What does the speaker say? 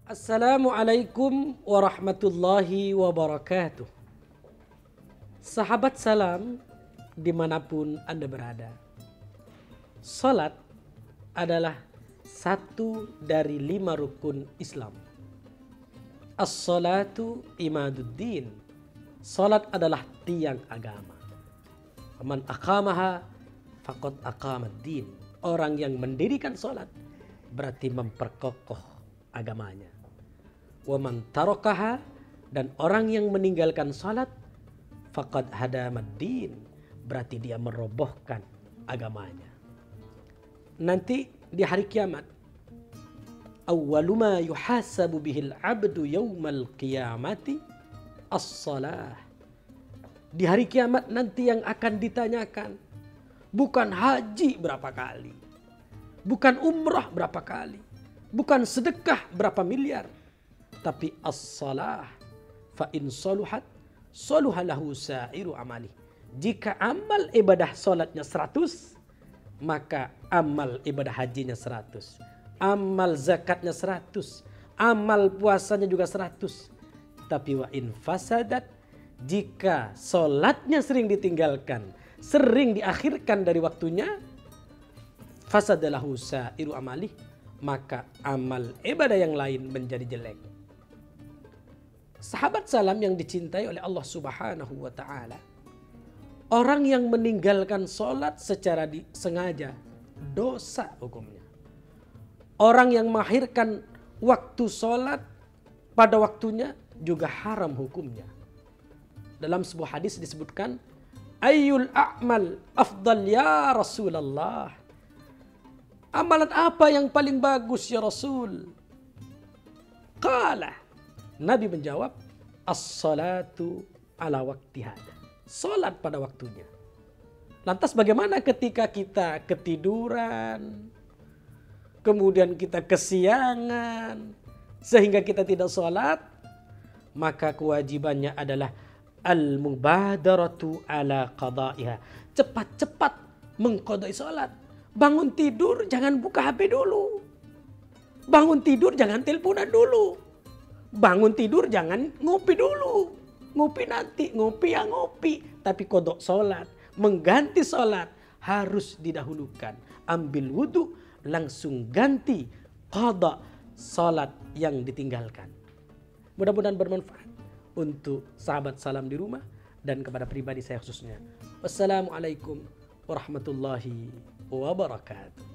Assalamualaikum warahmatullahi wabarakatuh. Sahabat salam dimanapun Anda berada. Salat adalah satu dari 5 rukun Islam. As-salatu imaduddin. Salat adalah tiang agama. Man aqamaha faqad aqamaddin. Orang yang mendirikan salat berarti memperkokoh agamanya. Wa man tarakaha, dan orang yang meninggalkan salat faqad hadamaddin, berarti dia merobohkan agamanya. Nanti di hari kiamat, awwalu ma yuhasabu bihil abdu yaumal qiyamati as-salah. Di hari kiamat nanti yang akan ditanyakan bukan haji berapa kali, bukan umrah berapa kali, bukan sedekah berapa miliar, tapi as-salah. Fa in saluhat saluha lahu sa'iru amali. Jika amal ibadah salatnya 100, maka amal ibadah hajinya 100, amal zakatnya 100, amal puasanya juga 100. Tapi wa in fasadat, jika salatnya sering ditinggalkan, sering diakhirkan dari waktunya, fasadalahu sa'iru amali, maka amal ibadah yang lain menjadi jelek. Sahabat salam yang dicintai oleh Allah Subhanahu wa ta'ala, orang yang meninggalkan sholat secara disengaja, dosa hukumnya. Orang yang mengakhirkan waktu sholat pada waktunya juga haram hukumnya. Dalam sebuah hadis disebutkan, ayyul a'mal afdal ya Rasulullah. Amalan apa yang paling bagus ya Rasul? Qala, Nabi menjawab, as-salatu ala waktiha. Salat pada waktunya. Lantas bagaimana ketika kita ketiduran, kemudian kita kesiangan, sehingga kita tidak salat? Maka kewajibannya adalah al-mubadaratu ala qada'iha. Cepat-cepat mengqadai salat. Bangun tidur jangan buka HP dulu. Bangun tidur jangan teleponan dulu. Bangun tidur jangan ngopi dulu. Ngopi nanti, ngopi ya ngopi. Tapi qada salat, mengganti salat harus didahulukan. Ambil wudu, langsung ganti qada salat yang ditinggalkan. Mudah-mudahan bermanfaat untuk sahabat salam di rumah dan kepada pribadi saya khususnya. Wassalamualaikum warahmatullahi wabarakatuh.